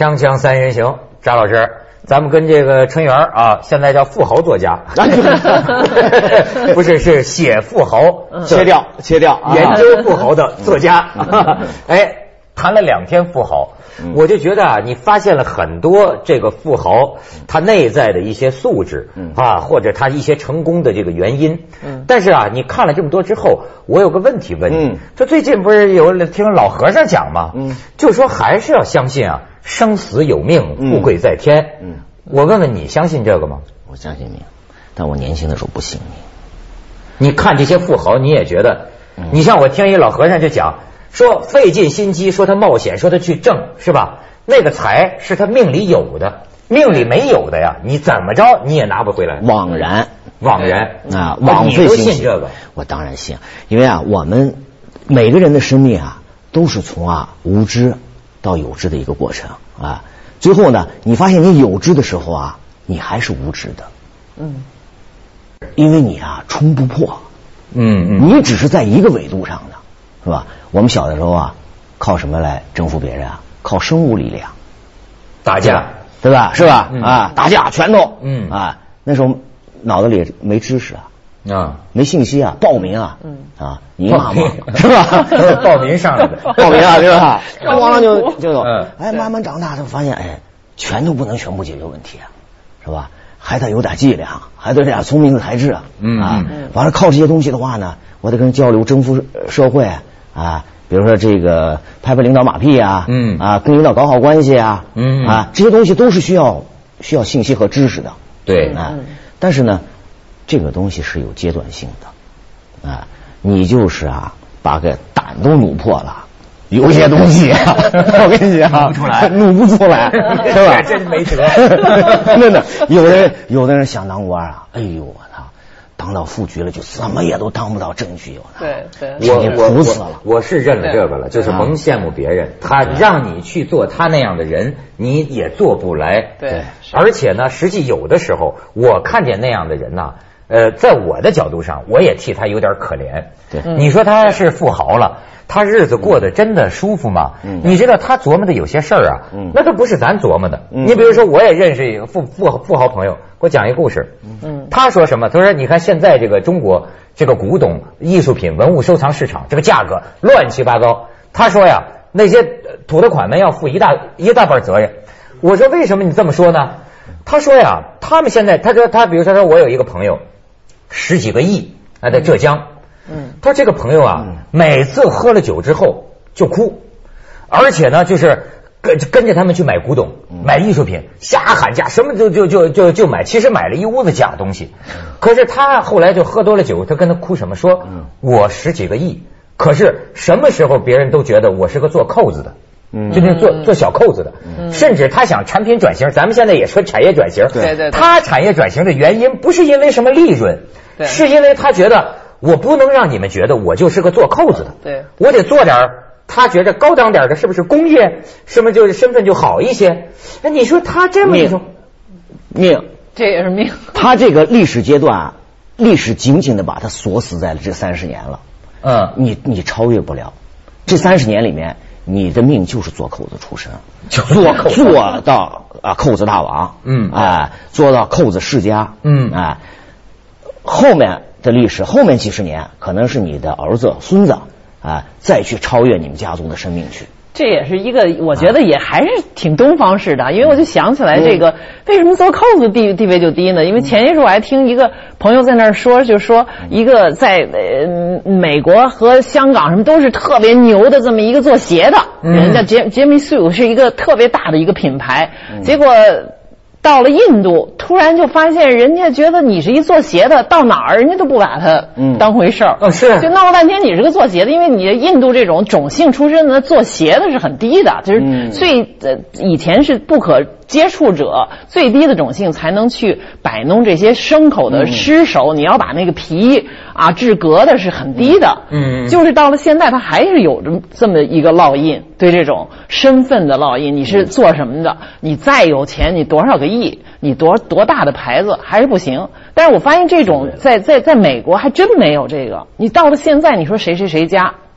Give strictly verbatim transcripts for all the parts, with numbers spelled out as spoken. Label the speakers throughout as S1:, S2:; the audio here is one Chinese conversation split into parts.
S1: 锵锵三人行，张老师，咱们跟这个春园啊，现在叫富豪作家，不是是写富豪，
S2: 切掉切掉，
S1: 研究富豪的作家。哎，谈了两天富豪，我就觉得啊，你发现了很多这个富豪他内在的一些素质啊，或者他一些成功的这个原因。但是啊，你看了这么多之后，我有个问题问你，就最近不是有听老和尚讲吗？就说还是要相信啊。生死有命，富贵在天。嗯，我问问你，相信这个吗？
S2: 我相信命，但我年轻的时候不信命。
S1: 你看这些富豪，你也觉得，嗯、你像我听一老和尚就讲，说费尽心机，说他冒险，说他去挣，是吧？那个财是他命里有的，命里没有的呀，你怎么着你也拿不回来。
S2: 枉然，
S1: 枉然
S2: 啊，枉费心机。
S1: 你都信这个？
S2: 我当然信，因为啊，我们每个人的生命啊，都是从啊无知到有知的一个过程啊，最后呢，你发现你有知的时候啊，你还是无知的，嗯，因为你啊冲不破，嗯嗯，你只是在一个纬度上的，是吧？我们小的时候啊，靠什么来征服别人啊？靠生物力量，
S1: 打架，
S2: 对吧？是吧？嗯、啊，打架拳头，嗯啊，那时候脑子里没知识啊。啊，没信息啊，报名啊，嗯啊，你妈妈是吧？
S1: 报名上来的，
S2: 报名啊，对吧？咣就就有，哎，慢慢长大就发现，哎，拳头不能全部解决问题啊，是吧？还得有点伎俩，还得有点聪明的才智啊，嗯啊，完了靠这些东西的话呢，我得跟人交流，征服社会啊，比如说这个拍拍领导马屁啊，嗯啊，跟领导搞好关系啊，嗯啊，这些东西都是需要需要信息和知识的，
S1: 对
S2: 啊，但是呢。这个东西是有阶段性的，啊，你就是啊，把个胆都努破了，有些东西、啊，我跟你讲，
S1: 努不出来，
S2: 努不出来，是吧？
S1: 真没辙。
S2: 真的，有的人，有的人想当官啊，哎呦我操，当到副局了就什么也都当不到正局，我操，
S3: 对
S2: 对，
S1: 我我我我是认了这个了，就是甭羡慕别人，他让你去做他那样的人，你也做不来。
S3: 对，
S1: 而且呢，实际有的时候我看见那样的人呐。呃，在我的角度上，我也替他有点可怜。对，你说他是富豪了，他日子过得真的舒服吗？嗯，你知道他琢磨的有些事儿啊，嗯，那都不是咱琢磨的。嗯，你比如说，我也认识一个富富富豪朋友，给我讲一个故事。嗯，他说什么？他说，你看现在这个中国这个古董艺术品文物收藏市场，这个价格乱七八糟。他说呀，那些土特款们要负一大一大半责任。我说为什么你这么说呢？他说呀，他们现在，他说他比如说说我有一个朋友。十几个亿啊，在浙江。嗯，他说这个朋友啊，嗯、每次喝了酒之后就哭，而且呢，就是跟跟着他们去买古董、嗯、买艺术品，瞎喊价，什么就就就就就买。其实买了一屋子假东西。嗯、可是他后来就喝多了酒，他跟他哭什么？说、嗯、我十几个亿，可是什么时候别人都觉得我是个做扣子的。嗯，就是做做小扣子的，嗯，甚至他想产品转型，咱们现在也说产业转型，
S3: 对对，
S1: 他产业转型的原因不是因为什么利润，
S3: 对，
S1: 是因为他觉得我不能让你们觉得我就是个做扣子的，
S3: 对，
S1: 我得做点他觉得高档点的，是不是工业，什么就是身份就好一些？那你说他这么一种
S2: 命，
S3: 这也是命，
S2: 他这个历史阶段啊，历史紧紧的把他锁死在了这三十年了，嗯，你你超越不了，这三十年里面。你的命就是做扣子出身，
S1: 做
S2: 做到啊扣子大王，嗯，哎，做到扣子世家，嗯，哎，后面的历史，后面几十年可能是你的儿子、孙子，啊，再去超越你们家族的生命去。
S3: 这也是一个，我觉得也还是挺东方式的，因为我就想起来这个，为什么做扣子地地位就低呢？因为前些日我还听一个朋友在那儿说，就说一个在呃美国和香港什么都是特别牛的这么一个做鞋的人，叫杰杰米苏，是一个特别大的一个品牌，结果到了印度，突然就发现人家觉得你是一做鞋的，到哪儿人家都不把它当回事儿。
S1: 嗯，是，
S3: 就闹了半天你是个做鞋的，因为你印度这种种姓出身的做鞋的是很低的，就是最呃以前是不可接触者，最低的种姓才能去摆弄这些牲口的尸首，嗯、你要把那个皮啊制革的是很低的。嗯，就是到了现在，它还是有这么这么一个烙印，对这种身份的烙印。你是做什么的？你再有钱，你多少个亿，你多多大的牌子还是不行。但是我发现这种在在在美国还真没有这个。你到了现在，你说谁谁谁家。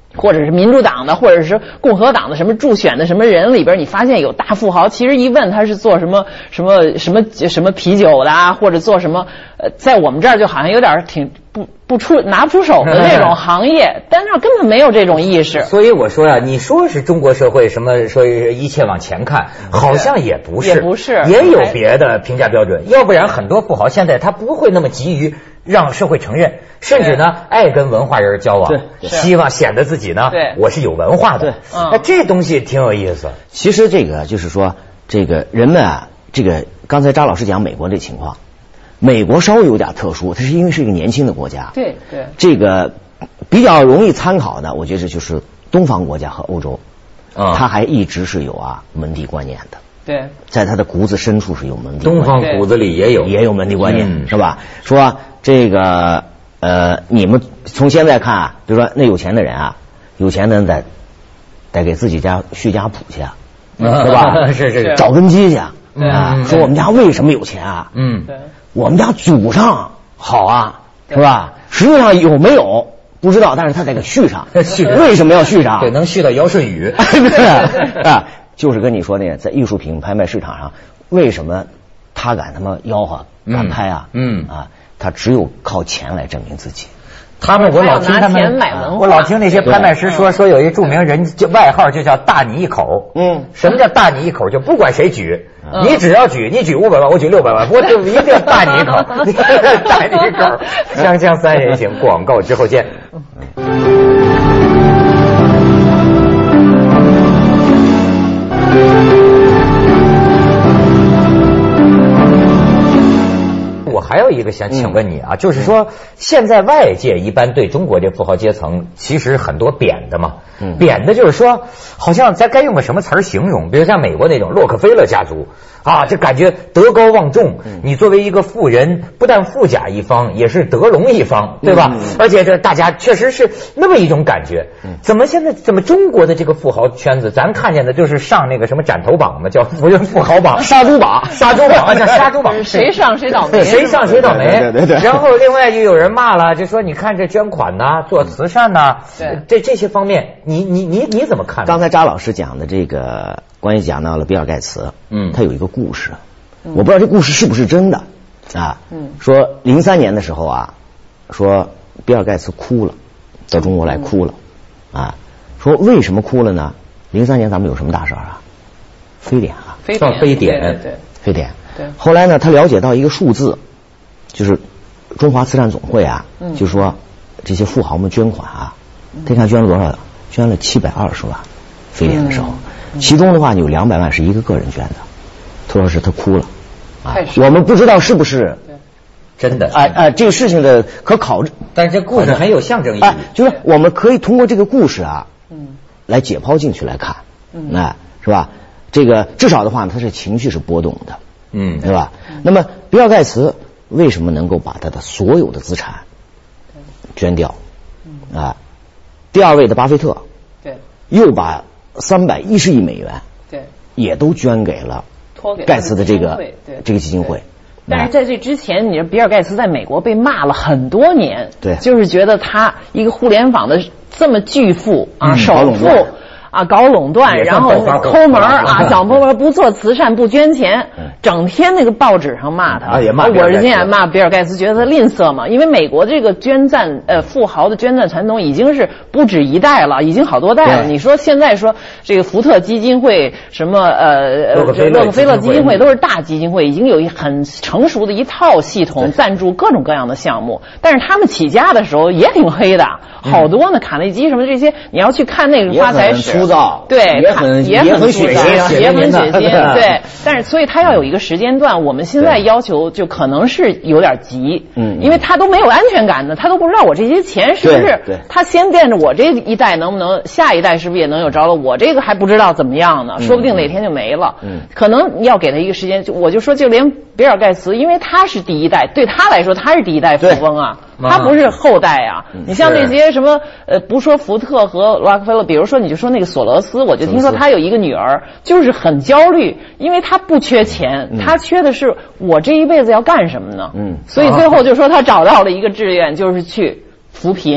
S3: 或者是民主党的，或者是共和党的什么助选的什么人里边，你发现有大富豪，其实一问他是做什么什么什么什么啤酒的啊，或者做什么呃，在我们这儿就好像有点挺不不出拿不出手的那种行业，但那根本没有这种意识。
S1: 所以我说呀、啊，你说是中国社会什么说一切往前看，好像也不是，
S3: 也不是，
S1: 也有别的评价标准。要不然很多富豪现在他不会那么急于让社会承认，甚至呢爱跟文化人交往，希望显得自己呢我是有文化的。那这东西挺有意思。
S2: 其实这个就是说，这个人们啊，这个刚才张老师讲美国这情况，美国稍微有点特殊，它是因为是一个年轻的国家。
S3: 对对。
S2: 这个比较容易参考的，我觉得就是东方国家和欧洲，啊，它还一直是有啊门第观念的。
S3: 对，
S2: 在他的骨子深处是有门第观念，
S1: 东方骨子里也有
S2: 也有门第观念，嗯、是吧？说这个呃，你们从现在看啊，比如说那有钱的人啊，有钱的人得得给自己家续家谱去，嗯、是吧？
S1: 是是
S2: 找根基去啊、
S1: 嗯！
S2: 说我们家为什么有钱啊？
S1: 嗯，
S3: 对，
S2: 我们家祖上好啊，是吧？实际上有没有不知道，但是他得给续上。
S1: 续
S2: 为什么要续上？
S1: 对，能续到尧舜禹。
S2: 啊。就是跟你说那个，在艺术品拍卖市场上，为什么他敢他妈吆喝敢拍啊？
S1: 嗯, 嗯
S2: 啊，他只有靠钱来证明自己。
S1: 他们我老听他们，我老听那些拍卖师说，说有一著名人就外号就叫大你一口。嗯，什么叫大你一口？就不管谁举，嗯、你只要举，你举五百万，我举六百万，我就一定大你一口，大你一口。锵锵三人行，广告之后见。我还有一个想请问你啊，嗯、就是说现在外界一般对中国这富豪阶层其实很多贬的嘛，嗯、贬的就是说好像咱该用个什么词儿形容，比如像美国那种洛克菲勒家族啊，这感觉德高望重，嗯、你作为一个富人，不但富甲一方，也是德隆一方，对吧？嗯、而且这大家确实是那么一种感觉。嗯、怎么现在怎么中国的这个富豪圈子，咱看见的就是上那个什么斩头榜嘛，叫富人富豪榜、杀猪榜、杀猪榜，叫杀猪榜，
S3: 谁上谁倒霉，
S1: 谁上谁倒霉。
S2: 对对对。
S1: 然后另外就有人骂了，就说你看这捐款呐、做慈善呐，
S3: 对，
S1: 这这些方面，你你你你怎么看？
S2: 刚才扎老师讲的这个，关于讲到了比尔盖茨，嗯，他有一个故事。我不知道这故事是不是真的啊？嗯，说零三年的时候啊，说比尔盖茨哭了，到中国来哭了，嗯、啊，说为什么哭了呢？零三年咱们有什么大事啊？非典啊，
S3: 非典，
S1: 非典，
S3: 对对，
S2: 非典。
S3: 对。
S2: 后来呢，他了解到一个数字，就是中华慈善总会啊，嗯、就说这些富豪们捐款啊，他看捐了多少？捐了七百二十万，非典的时候，嗯、其中的话有两百万是一个个人捐的。他说是他哭了。啊、我们不知道是不是
S1: 真的，
S2: 哎哎、呃呃，这个事情的可考，
S1: 但是这故事很有象征意义。
S2: 哎、呃，就是我们可以通过这个故事啊，嗯，来解剖进去来看，嗯，哎、呃，是吧？这个至少的话呢，他是情绪是波动的，嗯，对吧？嗯、那么比尔盖茨为什么能够把他的所有的资产捐掉？嗯啊、呃，第二位的巴菲特，
S3: 对，
S2: 又把三百一十亿美元，
S3: 对，
S2: 也都捐给了。盖茨的这个这个基金会，
S3: 但是在这之前，你说比尔盖茨在美国被骂了很多年，
S2: 对，
S3: 就是觉得他一个互联网的这么巨富啊，
S2: 嗯、
S3: 首富啊，搞垄断，然后抠门啊，小抠门，不做慈善，不捐钱，嗯、整天那个报纸上骂他，
S1: 啊、也骂
S3: 我是现在骂比尔盖茨，觉得他吝啬嘛，因为美国这个捐赞呃富豪的捐赞传统已经是不止一代了，已经好多代了。你说现在说这个福特基金会什么呃
S1: 洛克菲勒
S3: 洛克菲勒基金会都是大基金会，已经有一很成熟的一套系统赞助各种各样的项目，但是他们起家的时候也挺黑的，好多呢，卡内基什么这些，你要去看那个发财史。
S2: 粗糙，
S3: 对，
S2: 也很
S3: 也很
S2: 血
S3: 腥，也很血腥，对。但是，所以他要有一个时间段。我们现在要求就可能是有点急，嗯，因为他都没有安全感的，他都不知道我这些钱是不是他先惦着我这一代能不能，下一代是不是也能有着落，我这个还不知道怎么样呢，说不定哪天就没了。嗯，可能要给他一个时间。就我就说，就连比尔盖茨，因为他是第一代，对他来说他是第一代富翁啊。他不是后代啊，你像那些什么呃，不说福特和洛克菲勒，比如说你就说那个索罗斯，我就听说他有一个女儿，就是很焦虑，因为他不缺钱，嗯、他缺的是我这一辈子要干什么呢？嗯，所以最后就说他找到了一个志愿，就是去扶贫。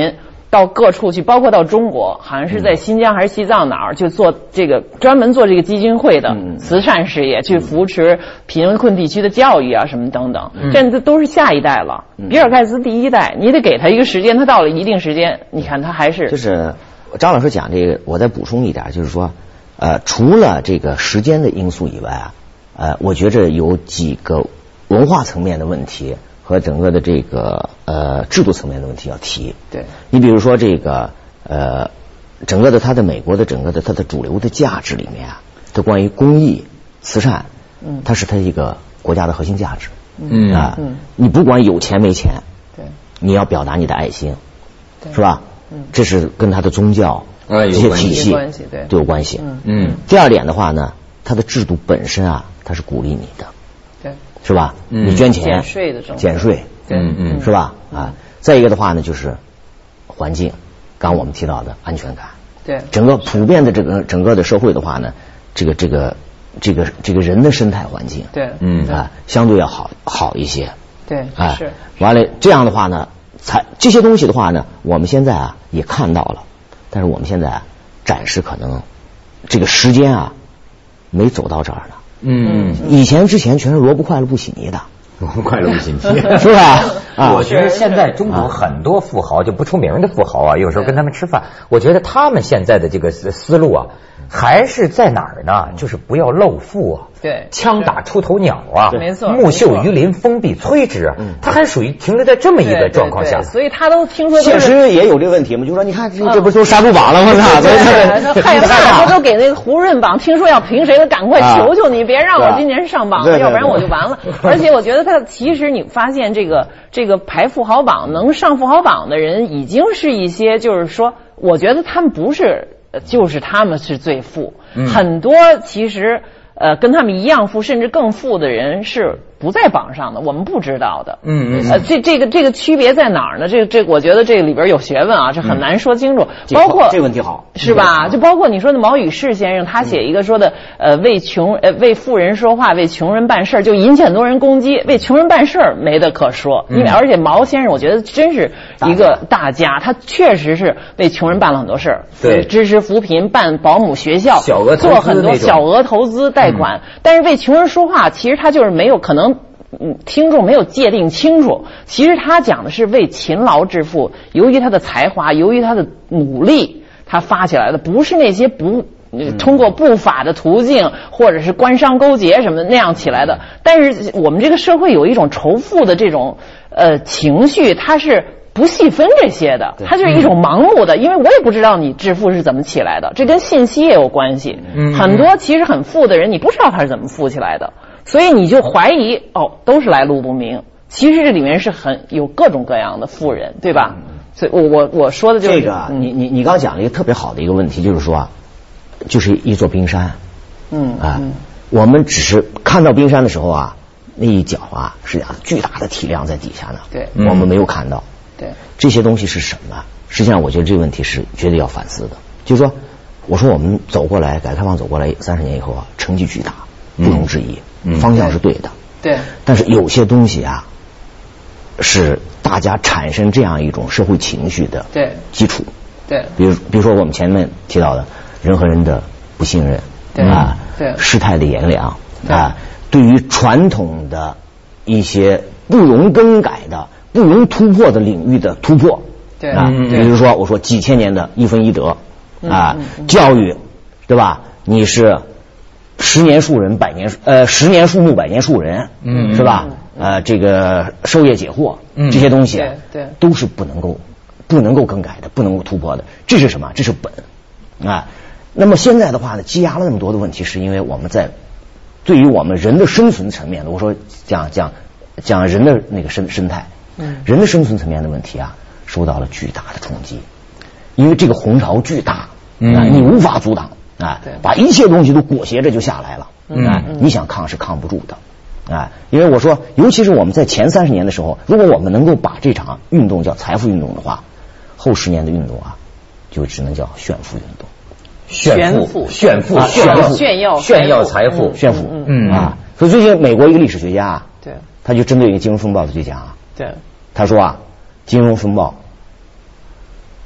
S3: 到各处去，包括到中国，好像是在新疆还是西藏哪儿，就做这个专门做这个基金会的慈善事业，去扶持贫困地区的教育啊什么等等，这都是下一代了。比尔盖茨第一代，你得给他一个时间，他到了一定时间，你看他还是
S2: 就是张老师讲这个，我再补充一点，就是说，呃，除了这个时间的因素以外啊，呃，我觉着有几个文化层面的问题。和整个的这个呃制度层面的问题要提。
S3: 对，
S2: 你比如说这个呃整个的它的美国的整个的它的主流的价值里面啊，它关于公益慈善，嗯，它是它一个国家的核心价值。嗯啊，嗯，你不管有钱没钱，
S3: 对，
S2: 你要表达你的爱心，是吧？嗯，这是跟它的宗教这些体系都有关系。
S3: 嗯
S2: 嗯。第二点的话呢，它的制度本身啊，它是鼓励你的。
S3: 对。
S2: 是吧？嗯，你捐钱，
S3: 减税的政策，
S2: 减税，
S3: 嗯嗯，
S2: 是吧？啊，再一个的话呢，就是环境，刚我们提到的安全感，
S3: 对，
S2: 整个普遍的这个整个的社会的话呢，这个这个这个这个人的生态环境，
S3: 对，
S2: 嗯啊，相对要好好一些，
S3: 对，
S2: 啊
S3: 是，
S2: 完了这样的话呢，才这些东西的话呢，我们现在啊也看到了，但是我们现在暂时可能这个时间啊没走到这儿呢。
S1: 嗯，
S2: 以前之前全是萝卜快乐不洗泥的，
S1: 萝卜快乐不洗泥，
S2: 是吧？
S1: 啊，我觉得现在中国很多富豪就不出名的富豪啊，有时候跟他们吃饭，我觉得他们现在的这个思路啊，还是在哪儿呢？就是不要露富啊，
S3: 对，
S1: 枪打出头鸟啊，
S3: 没错，
S1: 木秀于林，风必摧之啊，他还属于停留在这么一个状况下，
S3: 所以他都听说
S2: 现实也有这个问题嘛，就说你看这这不都杀猪榜了吗？
S3: 对，害怕，不都给那个胡润榜，听说要评谁的，赶快求求你，别让我今年上榜了，要不然我就完了。而且我觉得他其实你发现这个这个排富豪榜能上富豪榜的人，已经是一些就是说，我觉得他们不是。就是他们是最富，嗯、很多其实呃跟他们一样富甚至更富的人是不在榜上的，我们不知道的。嗯嗯。呃，这这个这个区别在哪儿呢？这这我觉得这里边有学问啊，这很难说清楚。嗯、包括
S2: 这个问题好
S3: 是吧？就包括你说的毛宇士先生，他写一个说的呃为穷呃为富人说话，为穷人办事，就引起很多人攻击。为穷人办事没得可说，因为而且毛先生我觉得真是一个大家，他确实是为穷人办了很多事儿，
S1: 对，
S3: 支持扶贫、办保姆学校、
S1: 小额
S3: 做很多小额投资贷款。嗯、但是为穷人说话，其实他就是没有可能。嗯，听众没有界定清楚，其实他讲的是为勤劳致富，由于他的才华，由于他的努力，他发起来的，不是那些不通过不法的途径或者是官商勾结什么的那样起来的。但是我们这个社会有一种仇富的这种呃情绪，它是不细分这些的，它就是一种盲目的，因为我也不知道你致富是怎么起来的，这跟信息也有关系。嗯，很多其实很富的人，你不知道他是怎么富起来的。所以你就怀疑哦，都是来路不明。其实这里面是很有各种各样的富人，对吧？所以我我我说的就是
S2: 这个，嗯、你你你刚讲了一个特别好的一个问题，就是说，就是一座冰山，嗯啊，嗯我们只是看到冰山的时候啊，那一角啊是巨大的体量在底下呢，
S3: 对，
S2: 我们没有看到，
S3: 对，
S2: 这些东西是什么？实际上，我觉得这个问题是绝对要反思的。就是说，我说我们走过来，改革开放走过来三十年以后啊，成绩巨大，毋庸置疑。嗯方向是对的，
S3: 对，
S2: 但是有些东西啊，是大家产生这样一种社会情绪的基础，
S3: 对，
S2: 比如比如说我们前面提到的人和人的不信任，
S3: 对
S2: 啊，
S3: 对，
S2: 世态的炎凉啊，对于传统的一些不容更改的、不容突破的领域的突破，
S3: 对
S2: 啊，比如说我说几千年的一分一德啊，教育，对吧？你是。十年树人，百年呃，十年树木，百年树人，嗯，是吧？呃，这个授业解惑，嗯，这些东西，
S3: 对对，
S2: 都是不能够不能够更改的，不能够突破的。这是什么？这是本啊。那么现在的话呢，积压了那么多的问题，是因为我们在对于我们人的生存层面的，我说讲讲讲人的那个生生态，嗯，人的生存层面的问题啊，受到了巨大的冲击，因为这个洪潮巨大，嗯，你无法阻挡。啊，把一切东西都裹挟着就下来了，嗯、啊，你想抗是抗不住的，啊，因为我说，尤其是我们在前三十年的时候，如果我们能够把这场运动叫财富运动的话，后十年的运动啊，就只能叫炫富运动，
S1: 炫富，炫富，
S3: 炫
S1: 富，
S3: 炫耀，
S1: 炫耀财富，
S2: 炫富，嗯啊，所以最近美国一个历史学家啊，
S3: 对，
S2: 他就针对一个金融风暴的就讲啊，
S3: 对，
S2: 他说啊，金融风暴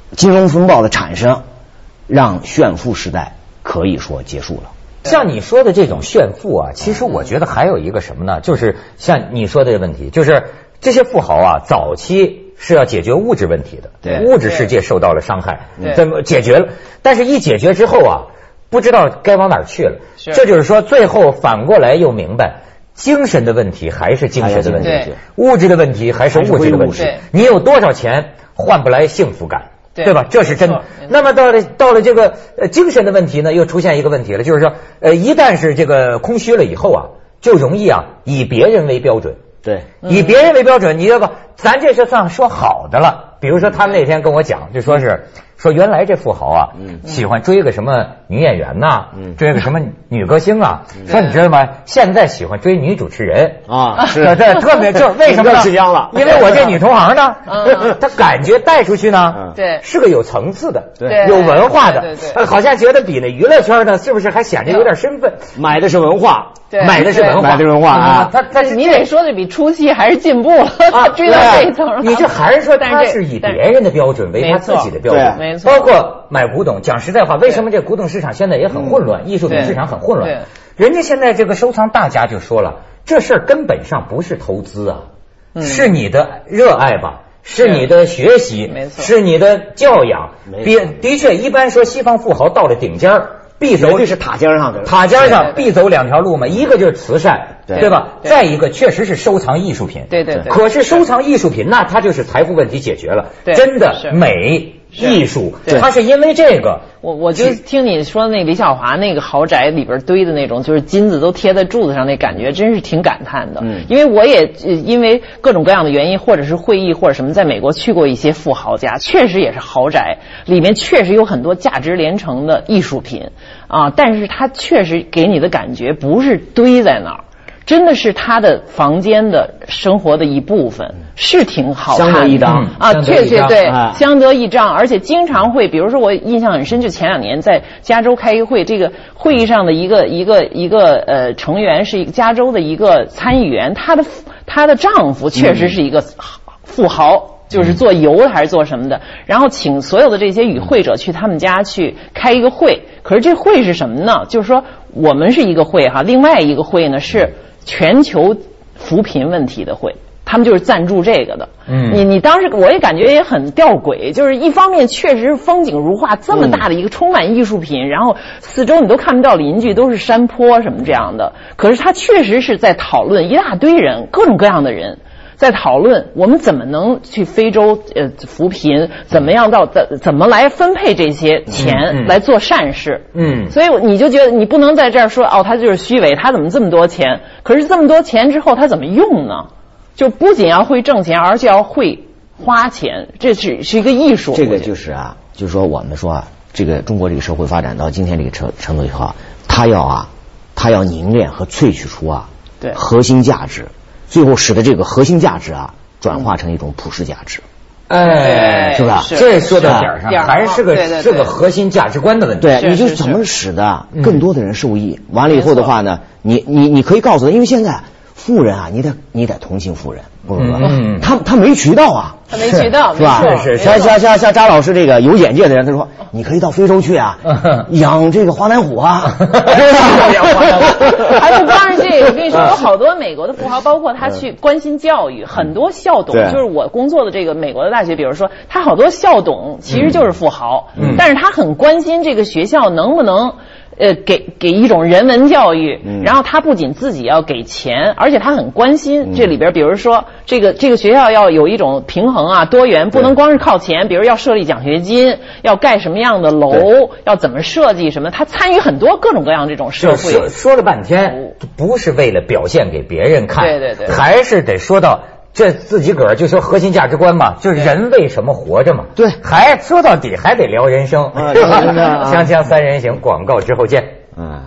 S2: 金融风暴的产生，让炫富时代可以说结束了。
S1: 像你说的这种炫富啊，其实我觉得还有一个什么呢？就是像你说的这个问题，就是这些富豪啊，早期是要解决物质问题的，
S2: 对，
S1: 物质世界受到了伤害，怎么解决了？但是一解决之后啊，不知道该往哪儿去了。这就是说，最后反过来又明白，精神的问题还是精神的问题，物质的问题还是物质的问题。你有多少钱换不来幸福感？对, 对吧？这是真的。那么到了到了这个呃精神的问题呢，又出现一个问题了，就是说，呃，一旦是这个空虚了以后啊，就容易啊以别人为标准。
S2: 对，
S1: 以别人为标准，你这个咱这是算说好的了。比如说他们那天跟我讲，就说是说原来这富豪啊，嗯，喜欢追个什么女演员呐，嗯，追个什么女歌星啊，嗯，说你知道吗？现在喜欢追女主持人啊，是这特别就为什么呢？
S2: 吃香了，
S1: 因为我这女同行呢，嗯，她感觉带出去呢，
S3: 对，
S1: 是个有层次的，
S3: 对，
S1: 有文化的，
S3: 对对，
S1: 好像觉得比那娱乐圈呢，是不是还显得有点身份？
S2: 买的是文化，
S1: 买的是文化，
S2: 买的是文化啊！
S3: 他他你得说的比初期还是进步了，他追到这一层，
S1: 你这还是说他是以别人的标准为他自己的标准，
S3: 没错，
S1: 包括买古董。讲实在话，为什么这古董市场现在也很混乱，艺术品市场很混乱？人家现在这个收藏大家就说了，这事儿根本上不是投资啊，是你的热爱吧。是你的学习，是你的教养。别的确，一般说西方富豪到了顶尖儿，必走
S2: 这是塔尖上的，
S1: 塔尖上必走两条路嘛，一个就是慈善，对, 对吧？再一个确实是收藏艺术品，
S3: 对对对。
S1: 可是收藏艺术品，那它就是财富问题解决了，真的美。艺术，他是因为这个，
S3: 我我就听你说那李小华那个豪宅里边堆的那种，就是金子都贴在柱子上，那感觉真是挺感叹的。嗯，因为我也因为各种各样的原因，或者是会议或者什么，在美国去过一些富豪家，确实也是豪宅，里面确实有很多价值连城的艺术品啊，但是它确实给你的感觉不是堆在那儿。真的是他的房间的生活的一部分，是挺好看的，
S2: 相得益彰
S3: 啊，确确对，相得益彰，而且经常会，比如说我印象很深，就前两年在加州开一个会，这个会议上的一个一个一个呃成员是一个加州的一个参议员，她的她的丈夫确实是一个富豪。就是做油的还是做什么的，然后请所有的这些与会者去他们家去开一个会。可是这会是什么呢？就是说我们是一个会哈，另外一个会呢是全球扶贫问题的会，他们就是赞助这个的。嗯，你你当时我也感觉也很吊诡，就是一方面确实风景如画，这么大的一个充满艺术品，然后四周你都看不到邻居，都是山坡什么这样的。可是他确实是在讨论一大堆人，各种各样的人。在讨论我们怎么能去非洲呃扶贫，怎么样到怎怎么来分配这些钱来做善事。嗯，所以你就觉得你不能在这儿说哦，他就是虚伪，他怎么这么多钱？可是这么多钱之后他怎么用呢？就不仅要会挣钱，而且要会花钱，这是是一个艺术。
S2: 这个就是啊，就是说我们说啊，这个中国这个社会发展到今天这个程程度以后，他要啊，他要凝练和萃取出啊，对核心价值。最后使得这个核心价值啊转化成一种普世价值，
S1: 哎，是吧？这说到点上，还是个是个核心价值观的问题。
S2: 对，你就怎么使得更多的人受益？完了以后的话呢，你你你可以告诉他，因为现在富人啊，你得你得同情富人，不是吧？嗯，他他没渠道啊，
S3: 他没渠道，
S2: 是吧？
S1: 是是，
S2: 像像像像扎老师这个有眼界的人，他说你可以到非洲去啊，养这个华南虎啊，
S3: 养华南虎。还不光是这个，我跟你说，有好多美国的富豪，包括他去关心教育，很多校董，就是我工作的这个美国的大学，比如说他好多校董其实就是富豪，但是他很关心这个学校能不能。呃，给给一种人文教育，嗯、然后他不仅自己要给钱，而且他很关心这里边，比如说这个这个学校要有一种平衡啊，多元，不能光是靠钱，比如要设立奖学金，要盖什么样的楼，要怎么设计什么，他参与很多各种各样这种社会。
S1: 说说了半天，不是为了表现给别人看，
S3: 对对对，
S1: 还是得说到。这自己个儿就说核心价值观嘛，就是人为什么活着嘛。
S2: 对，
S1: 还说到底还得聊人生，是吧？锵锵三人行，广告之后见。嗯。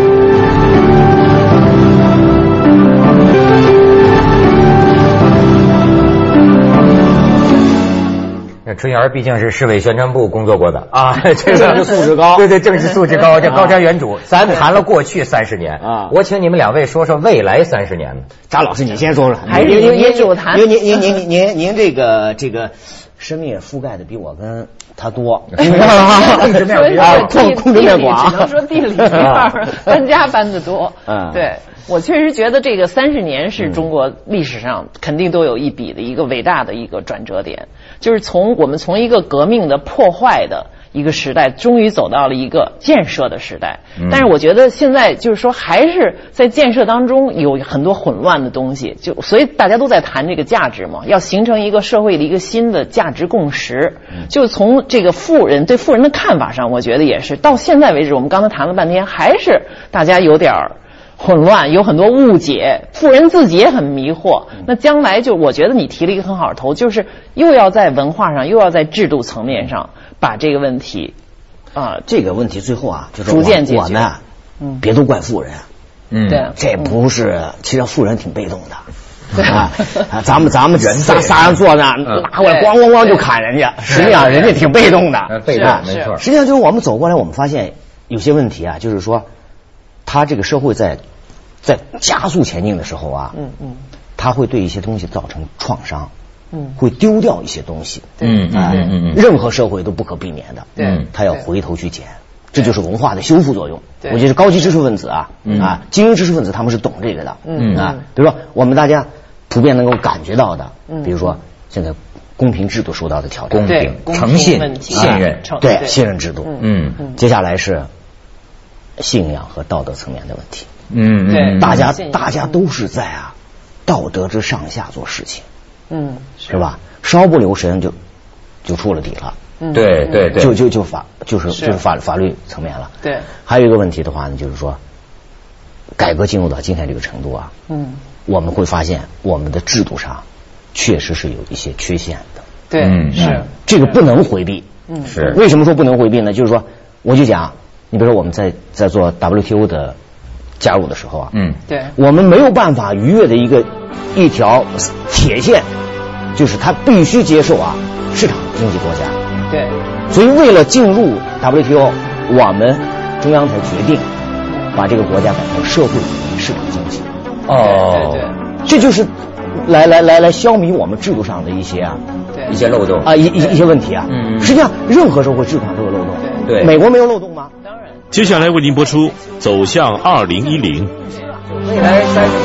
S1: 那春园毕竟是市委宣传部工作过的啊，这
S2: 政治素质高，
S1: 对对，政治素质高，这高瞻远瞩。咱谈了过去三十年啊，我请你们两位说说未来三十年。
S2: 扎老师，你先说说，
S3: 还是您您主谈？
S2: 您您您您您您这个这个生命覆盖的比我跟他多，
S1: 控制面比
S3: 啊，
S2: 控控制面广，
S3: 只能说地理面搬家搬得多。
S2: 嗯，
S3: 对。我确实觉得这个三十年是中国历史上肯定都有一笔的一个伟大的一个转折点，就是从我们从一个革命的破坏的一个时代，终于走到了一个建设的时代。但是我觉得现在就是说，还是在建设当中有很多混乱的东西，就所以大家都在谈这个价值嘛，要形成一个社会的一个新的价值共识。就从这个富人对富人的看法上，我觉得也是到现在为止，我们刚才谈了半天，还是大家有点儿混乱，有很多误解，富人自己也很迷惑。那将来就我觉得你提了一个很好的头，就是又要在文化上，又要在制度层面上把这个问题啊、呃，
S2: 这个问题最后啊，就是
S3: 逐渐解决。
S2: 我们啊，嗯，别都怪富人，
S1: 嗯，
S3: 对，
S2: 这不是，其实富人挺被动的。对啊，咱们咱们仨仨人坐那，拿过来咣咣咣就砍人家，实际上人家挺被动的，
S1: 被动没错。
S2: 实际上就是我们走过来，我们发现有些问题啊，就是说，他这个社会在在加速前进的时候啊，嗯嗯，他会对一些东西造成创伤，嗯，会丢掉一些东西，
S1: 嗯嗯嗯，
S2: 任何社会都不可避免的，
S3: 对，
S2: 他要回头去捡。这就是文化的修复作用。我觉得高级知识分子啊，嗯、啊，精英知识分子他们是懂这个的。嗯啊，比如说我们大家普遍能够感觉到的，嗯、比如说现在公平制度受到的挑战，
S1: 公平、诚信、信任，
S2: 对信任制度。
S1: 嗯，
S2: 嗯接下来是信仰和道德层面的问题。
S1: 嗯，
S3: 对，
S2: 大家大家都是在啊道德之上下做事情。
S3: 嗯，
S2: 是吧？稍不留神就就出了底了。
S1: 对对对，
S2: 就就就法就是就是法法律层面了。
S3: 对，
S2: 还有一个问题的话呢，就是说，改革进入到今天这个程度啊，嗯，我们会发现我们的制度上确实是有一些缺陷的。
S3: 对，嗯、是
S2: 这个不能回避。
S3: 嗯，
S1: 是
S2: 为什么说不能回避呢？就是说，我就讲，你比如说我们在在做 W T O 的加入的时候啊，
S1: 嗯，
S3: 对，
S2: 我们没有办法逾越的一个一条铁线，就是它必须接受啊市场经济国家。
S3: 对，
S2: 所以为了进入 W T O， 我们中央才决定把这个国家改成社会主义市场经济。
S1: 哦，
S3: 对对，
S2: 这就是来来来来消弭我们制度上的一些啊，
S3: 对
S1: 一些漏洞
S2: 啊，一一一些问题啊。嗯，实际上任何社会制度上都有漏洞。
S1: 对，
S2: 美国没有漏洞吗？
S3: 当然。
S4: 接下来为您播出《走向二零一零》。
S1: 未来三十